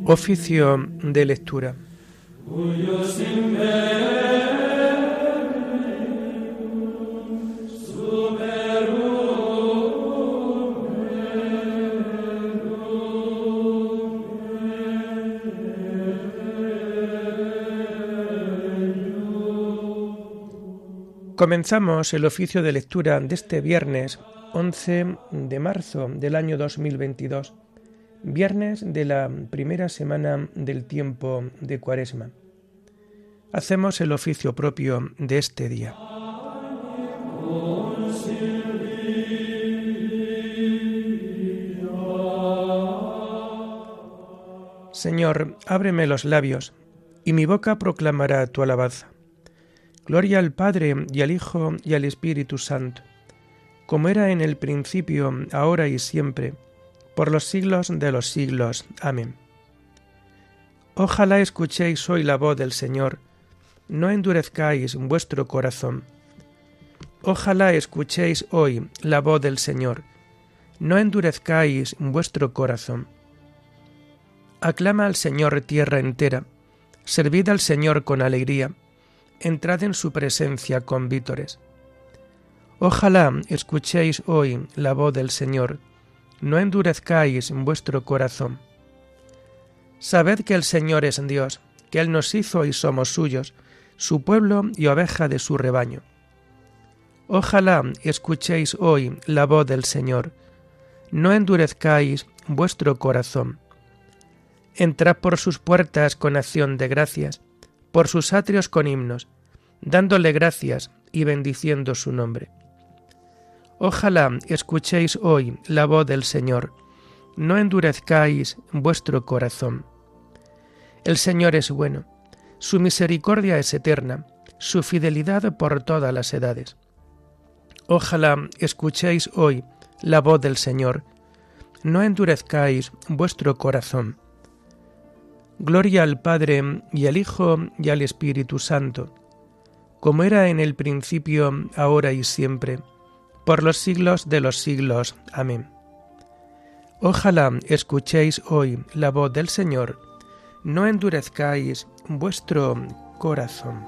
Oficio de lectura. Comenzamos el oficio de lectura de este viernes 11 de marzo del año 2022, viernes de la primera semana del tiempo de Cuaresma. Hacemos el oficio propio de este día. Señor, ábreme los labios, y mi boca proclamará tu alabanza. Gloria al Padre, y al Hijo, y al Espíritu Santo, como era en el principio, ahora y siempre, por los siglos de los siglos. Amén. Ojalá escuchéis hoy la voz del Señor, no endurezcáis vuestro corazón. Ojalá escuchéis hoy la voz del Señor, no endurezcáis vuestro corazón. Aclama al Señor tierra entera, servid al Señor con alegría, entrad en su presencia con vítores. Ojalá escuchéis hoy la voz del Señor, no endurezcáis vuestro corazón. Sabed que el Señor es Dios, que Él nos hizo y somos suyos, su pueblo y oveja de su rebaño. Ojalá escuchéis hoy la voz del Señor, no endurezcáis vuestro corazón. Entrad por sus puertas con acción de gracias, por sus atrios con himnos, dándole gracias y bendiciendo su nombre. Ojalá escuchéis hoy la voz del Señor, no endurezcáis vuestro corazón. El Señor es bueno, su misericordia es eterna, su fidelidad por todas las edades. Ojalá escuchéis hoy la voz del Señor, no endurezcáis vuestro corazón. Gloria al Padre, y al Hijo, y al Espíritu Santo, como era en el principio, ahora y siempre, por los siglos de los siglos. Amén. Ojalá escuchéis hoy la voz del Señor, no endurezcáis vuestro corazón.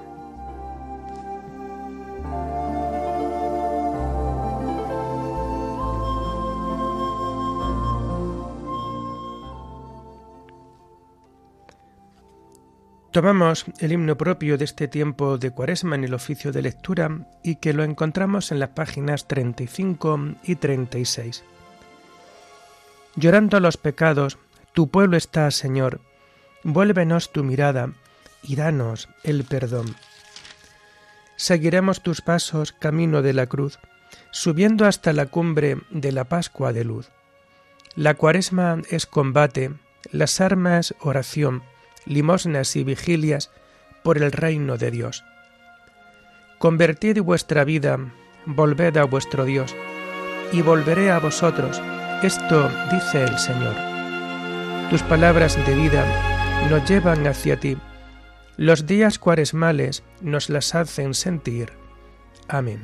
Tomamos el himno propio de este tiempo de Cuaresma en el oficio de lectura y que lo encontramos en las páginas 35 y 36. Llorando los pecados, tu pueblo está, Señor, vuélvenos tu mirada y danos el perdón. Seguiremos tus pasos camino de la cruz, subiendo hasta la cumbre de la Pascua de luz. La Cuaresma es combate, las armas oración, limosnas y vigilias por el reino de Dios. Convertid vuestra vida, volved a vuestro Dios, y volveré a vosotros, esto dice el Señor. Tus palabras de vida nos llevan hacia ti, los días cuaresmales nos las hacen sentir. Amén.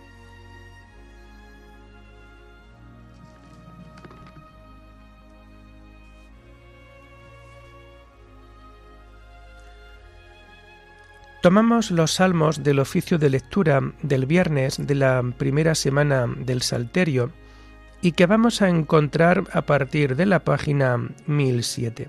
Tomamos los salmos del oficio de lectura del viernes de la primera semana del Salterio y que vamos a encontrar a partir de la página 1007.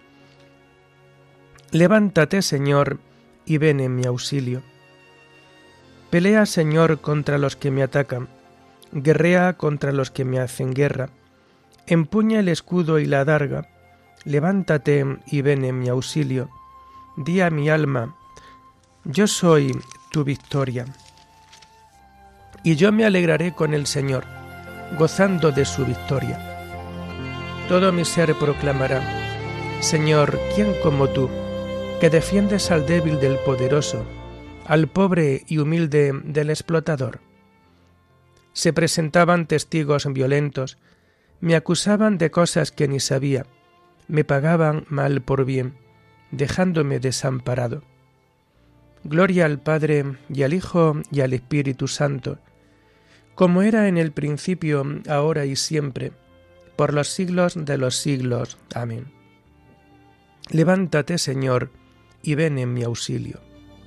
Levántate, Señor, y ven en mi auxilio. Pelea, Señor, contra los que me atacan, guerrea contra los que me hacen guerra. Empuña el escudo y la adarga, levántate y ven en mi auxilio. Di a mi alma, yo soy tu victoria. Y yo me alegraré con el Señor, gozando de su victoria. Todo mi ser proclamará, Señor, ¿quién como tú, que defiendes al débil del poderoso, al pobre y humilde del explotador? Se presentaban testigos violentos, me acusaban de cosas que ni sabía, me pagaban mal por bien, dejándome desamparado. Gloria al Padre, y al Hijo, y al Espíritu Santo, como era en el principio, ahora y siempre, por los siglos de los siglos. Amén. Levántate, Señor, y ven en mi auxilio.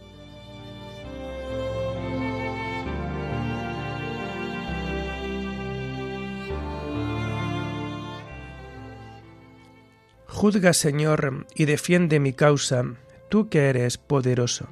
Juzga, Señor, y defiende mi causa, tú que eres poderoso.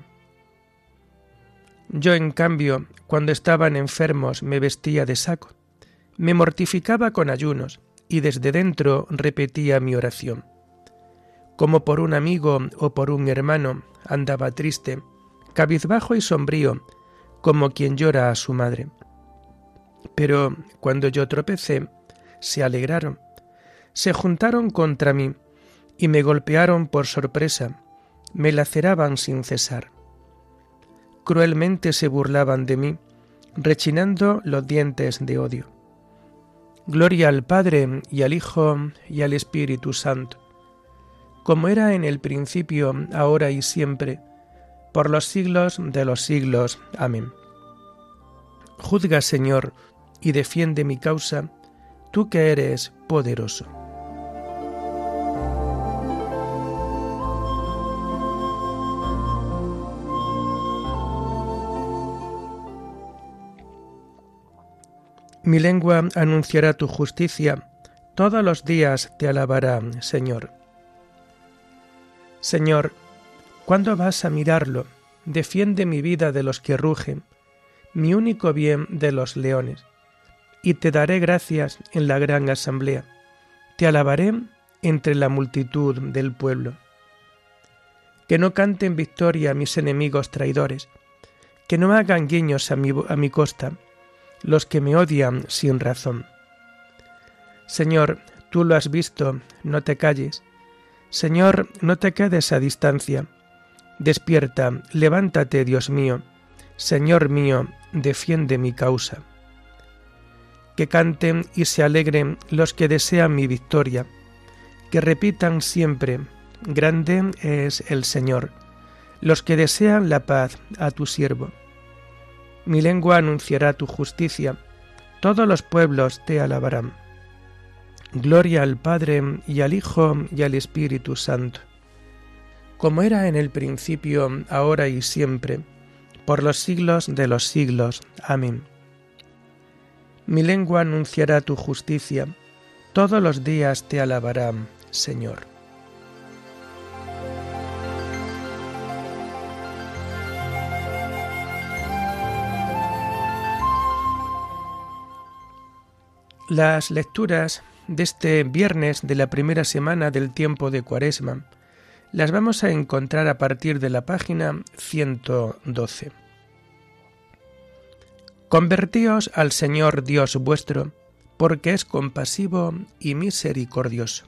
Yo, en cambio, cuando estaban enfermos me vestía de saco, me mortificaba con ayunos, y desde dentro repetía mi oración. Como por un amigo o por un hermano andaba triste, cabizbajo y sombrío, como quien llora a su madre. Pero cuando yo tropecé, se alegraron, se juntaron contra mí, y me golpearon por sorpresa, me laceraban sin cesar. Cruelmente se burlaban de mí, rechinando los dientes de odio. Gloria al Padre, y al Hijo, y al Espíritu Santo, como era en el principio, ahora y siempre, por los siglos de los siglos. Amén. Juzga, Señor, y defiende mi causa, tú que eres poderoso. Mi lengua anunciará tu justicia, todos los días te alabará, Señor. Señor, ¿cuándo vas a mirarlo? Defiende mi vida de los que rugen, mi único bien de los leones. Y te daré gracias en la gran asamblea, te alabaré entre la multitud del pueblo. Que no canten victoria mis enemigos traidores, que no hagan guiños a mi costa, los que me odian sin razón. Señor, tú lo has visto, no te calles. Señor, no te quedes a distancia. Despierta, levántate, Dios mío. Señor mío, defiende mi causa. Que canten y se alegren los que desean mi victoria. Que repitan siempre, grande es el Señor. Los que desean la paz a tu siervo. Mi lengua anunciará tu justicia, todos los pueblos te alabarán. Gloria al Padre, y al Hijo, y al Espíritu Santo, como era en el principio, ahora y siempre, por los siglos de los siglos. Amén. Mi lengua anunciará tu justicia, todos los días te alabarán, Señor. Las lecturas de este viernes de la primera semana del tiempo de Cuaresma las vamos a encontrar a partir de la página 112. Convertíos al Señor Dios vuestro, porque es compasivo y misericordioso.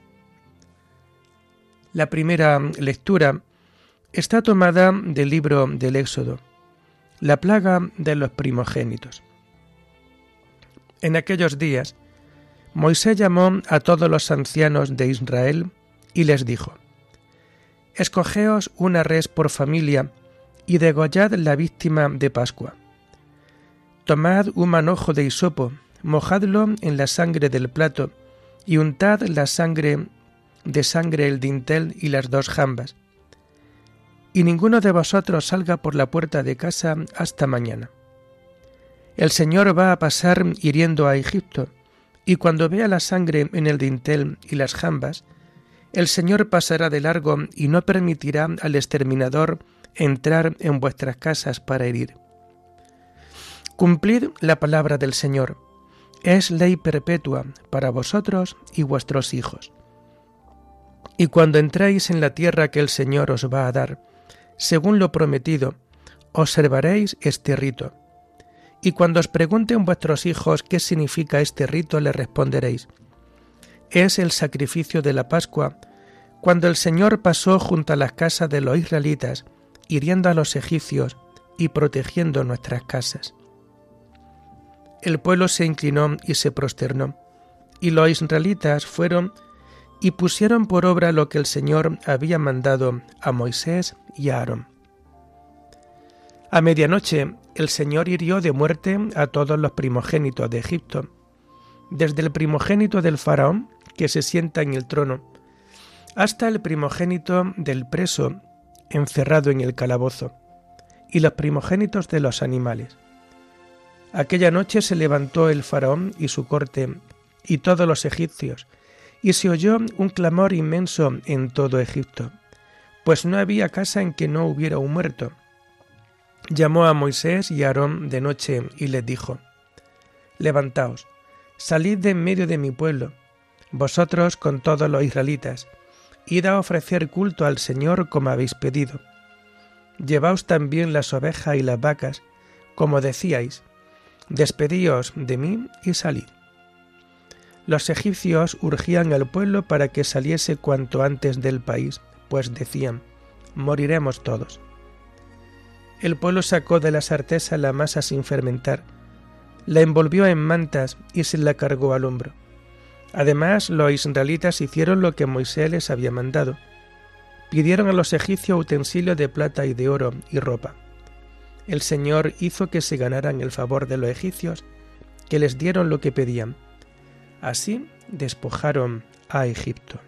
La primera lectura está tomada del libro del Éxodo, la plaga de los primogénitos. En aquellos días, Moisés llamó a todos los ancianos de Israel y les dijo: Escogeos una res por familia y degollad la víctima de Pascua. Tomad un manojo de hisopo, mojadlo en la sangre del plato y untad la sangre el dintel y las 2 jambas. Y ninguno de vosotros salga por la puerta de casa hasta mañana. El Señor va a pasar hiriendo a Egipto, y cuando vea la sangre en el dintel y las jambas, el Señor pasará de largo y no permitirá al exterminador entrar en vuestras casas para herir. Cumplid la palabra del Señor, es ley perpetua para vosotros y vuestros hijos. Y cuando entréis en la tierra que el Señor os va a dar, según lo prometido, observaréis este rito. Y cuando os pregunten vuestros hijos qué significa este rito, les responderéis: es el sacrificio de la Pascua, cuando el Señor pasó junto a las casas de los israelitas, hiriendo a los egipcios y protegiendo nuestras casas. El pueblo se inclinó y se prosternó, y los israelitas fueron y pusieron por obra lo que el Señor había mandado a Moisés y a Aarón. A medianoche el Señor hirió de muerte a todos los primogénitos de Egipto, desde el primogénito del faraón, que se sienta en el trono, hasta el primogénito del preso encerrado en el calabozo, y los primogénitos de los animales. Aquella noche se levantó el faraón y su corte, y todos los egipcios, y se oyó un clamor inmenso en todo Egipto, pues no había casa en que no hubiera un muerto. Llamó a Moisés y a Aarón de noche y les dijo: Levantaos, salid de en medio de mi pueblo, vosotros con todos los israelitas, id a ofrecer culto al Señor como habéis pedido. Llevaos también las ovejas y las vacas, como decíais, despedíos de mí y salid. Los egipcios urgían al pueblo para que saliese cuanto antes del país, pues decían: moriremos todos. El pueblo sacó de las artesas la masa sin fermentar, la envolvió en mantas y se la cargó al hombro. Además, los israelitas hicieron lo que Moisés les había mandado. Pidieron a los egipcios utensilios de plata y de oro y ropa. El Señor hizo que se ganaran el favor de los egipcios, que les dieron lo que pedían. Así despojaron a Egipto.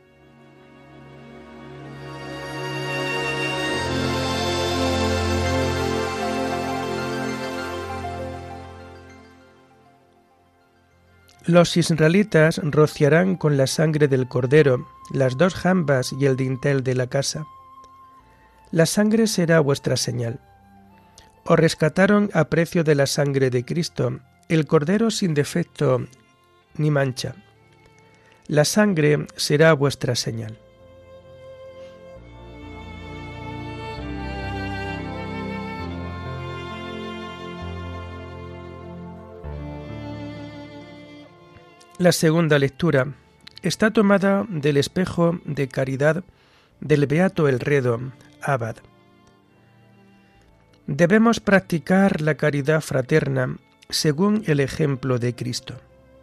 Los israelitas rociarán con la sangre del cordero las 2 jambas y el dintel de la casa. La sangre será vuestra señal. Os rescataron a precio de la sangre de Cristo, el cordero sin defecto ni mancha. La sangre será vuestra señal. La segunda lectura está tomada del espejo de caridad del beato Elredo, abad. Debemos practicar la caridad fraterna según el ejemplo de Cristo.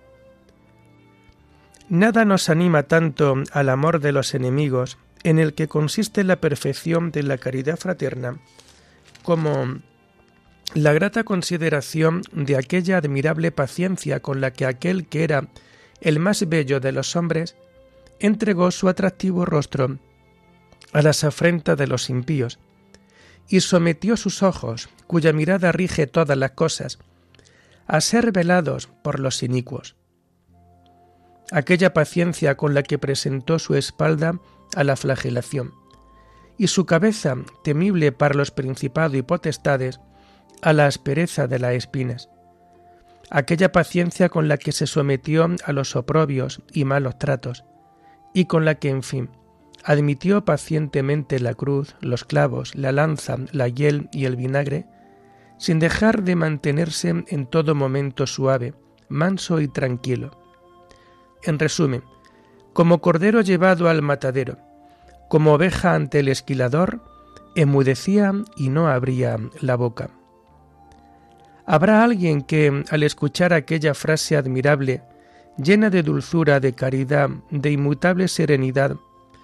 Nada nos anima tanto al amor de los enemigos, en el que consiste la perfección de la caridad fraterna, como la grata consideración de aquella admirable paciencia con la que aquel que era el más bello de los hombres entregó su atractivo rostro a las afrentas de los impíos y sometió sus ojos, cuya mirada rige todas las cosas, a ser velados por los inicuos. Aquella paciencia con la que presentó su espalda a la flagelación y su cabeza, temible para los principados y potestades, a la aspereza de las espinas. Aquella paciencia con la que se sometió a los oprobios y malos tratos, y con la que, en fin, admitió pacientemente la cruz, los clavos, la lanza, la hiel y el vinagre, sin dejar de mantenerse en todo momento suave, manso y tranquilo. En resumen, como cordero llevado al matadero, como oveja ante el esquilador, enmudecía y no abría la boca. ¿Habrá alguien que, al escuchar aquella frase admirable, llena de dulzura, de caridad, de inmutable serenidad: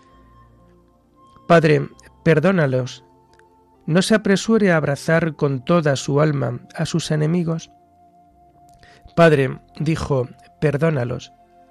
Padre, perdónalos, no se apresure a abrazar con toda su alma a sus enemigos? Padre, dijo, perdónalos.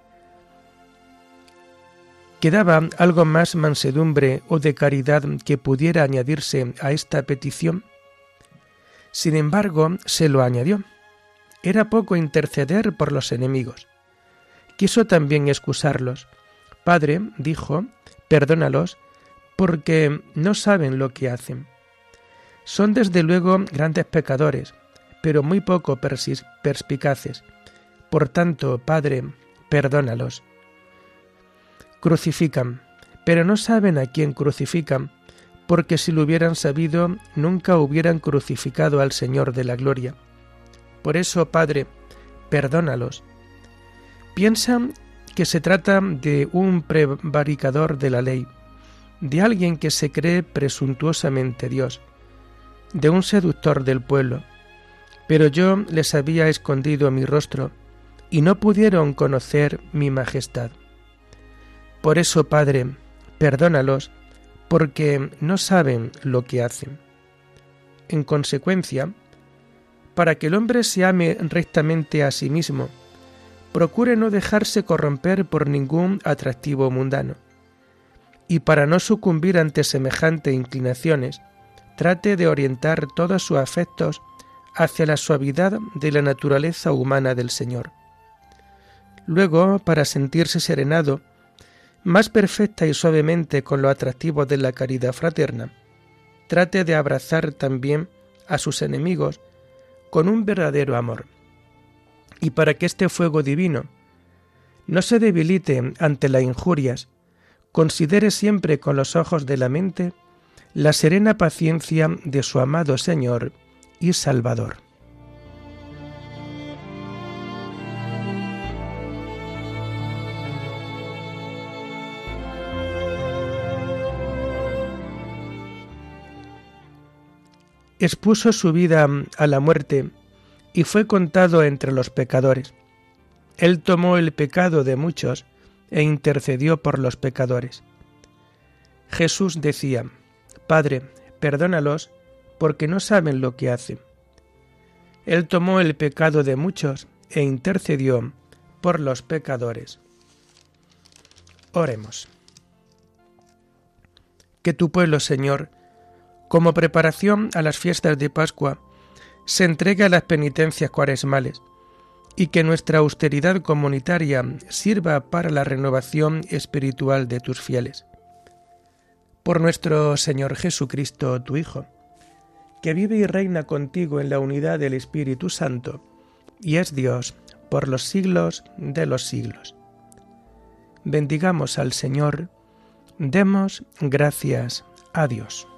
¿Quedaba algo más mansedumbre o de caridad que pudiera añadirse a esta petición? Sin embargo, se lo añadió. Era poco interceder por los enemigos. Quiso también excusarlos. Padre, dijo, perdónalos, porque no saben lo que hacen. Son desde luego grandes pecadores, pero muy poco perspicaces. Por tanto, Padre, perdónalos. Crucifican, pero no saben a quién crucifican, porque si lo hubieran sabido, nunca hubieran crucificado al Señor de la gloria. Por eso, Padre, perdónalos. Piensan que se trata de un prevaricador de la ley, de alguien que se cree presuntuosamente Dios, de un seductor del pueblo, pero yo les había escondido mi rostro, y no pudieron conocer mi majestad. Por eso, Padre, perdónalos, porque no saben lo que hacen. En consecuencia, para que el hombre se ame rectamente a sí mismo, procure no dejarse corromper por ningún atractivo mundano. y para no sucumbir ante semejantes inclinaciones, trate de orientar todos sus afectos hacia la suavidad de la naturaleza humana del Señor. Luego, para sentirse serenado, más perfecta y suavemente con los atractivos de la caridad fraterna, trate de abrazar también a sus enemigos con un verdadero amor. Y para que este fuego divino no se debilite ante las injurias, considere siempre con los ojos de la mente la serena paciencia de su amado Señor y Salvador. Expuso su vida a la muerte y fue contado entre los pecadores. Él tomó el pecado de muchos e intercedió por los pecadores. Jesús decía: Padre, perdónalos, porque no saben lo que hacen. Él tomó el pecado de muchos e intercedió por los pecadores. Oremos. Que tu pueblo, Señor, como preparación a las fiestas de Pascua, se entregue a las penitencias cuaresmales, y que nuestra austeridad comunitaria sirva para la renovación espiritual de tus fieles. Por nuestro Señor Jesucristo, tu Hijo, que vive y reina contigo en la unidad del Espíritu Santo, y es Dios por los siglos de los siglos. Bendigamos al Señor, demos gracias a Dios.